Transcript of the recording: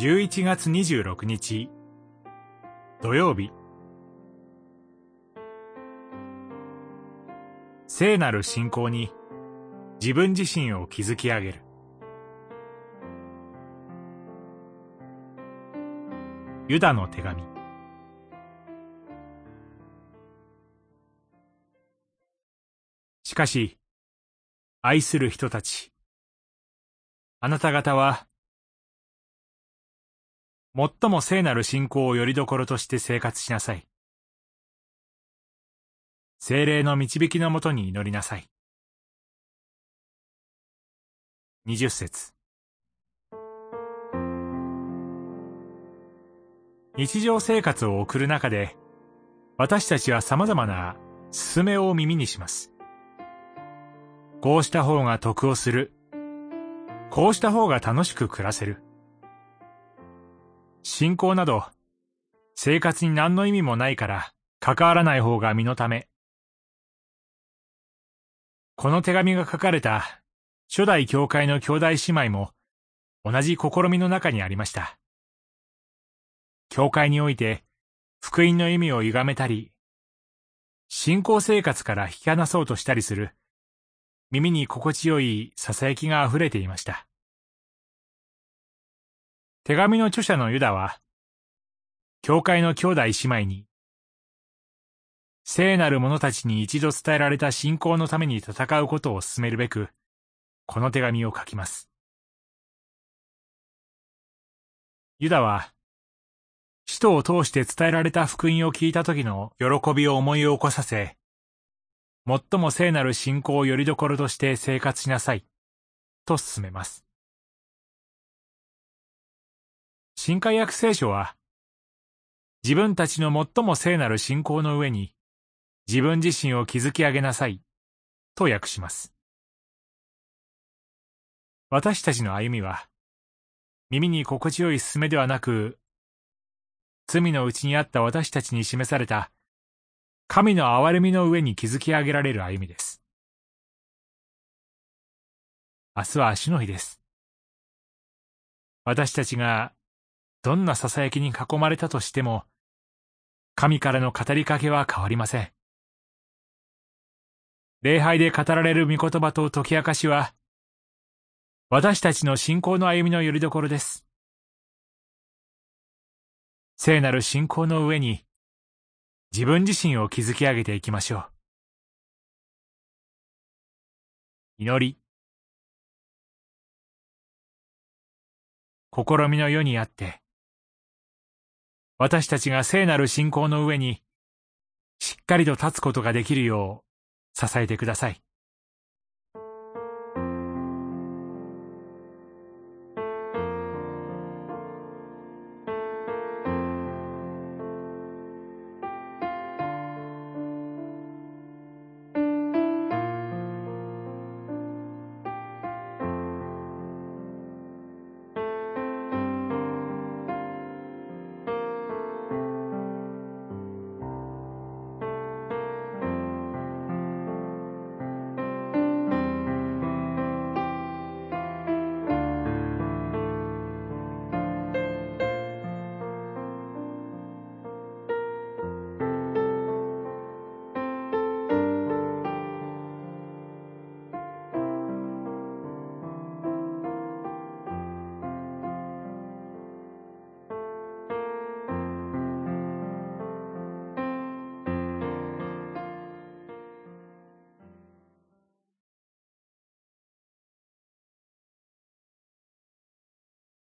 11月26日土曜日、聖なる信仰に自分自身を築き上げる。ユダの手紙。しかし、愛する人たち、あなた方は最も聖なる信仰を拠り所として生活しなさい。聖霊の導きのもとに祈りなさい。20節。日常生活を送る中で、私たちは様々な勧めを耳にします。こうした方が得をする。こうした方が楽しく暮らせる。信仰など、生活に何の意味もないから関わらない方が身のため。この手紙が書かれた初代教会の兄弟姉妹も同じ試みの中にありました。教会において福音の意味を歪めたり、信仰生活から引き離そうとしたりする耳に心地よい囁きがあふれていました。手紙の著者のユダは、教会の兄弟姉妹に、聖なる者たちに一度伝えられた信仰のために戦うことを進めるべく、この手紙を書きます。ユダは、使徒を通して伝えられた福音を聞いた時の喜びを思い起こさせ、最も聖なる信仰を拠り所として生活しなさい、と進めます。新海訳聖書は、自分たちの最も聖なる信仰の上に、自分自身を築き上げなさい、と訳します。私たちの歩みは、耳に心地よい勧めではなく、罪のうちにあった私たちに示された、神の憐れみの上に築き上げられる歩みです。明日は主の日です。私たちが、どんな囁きに囲まれたとしても、神からの語りかけは変わりません。礼拝で語られる御言葉と解き明かしは、私たちの信仰の歩みの拠り所です。聖なる信仰の上に、自分自身を築き上げていきましょう。祈り。試みの世にあって、私たちが聖なる信仰の上にしっかりと立つことができるよう支えてください。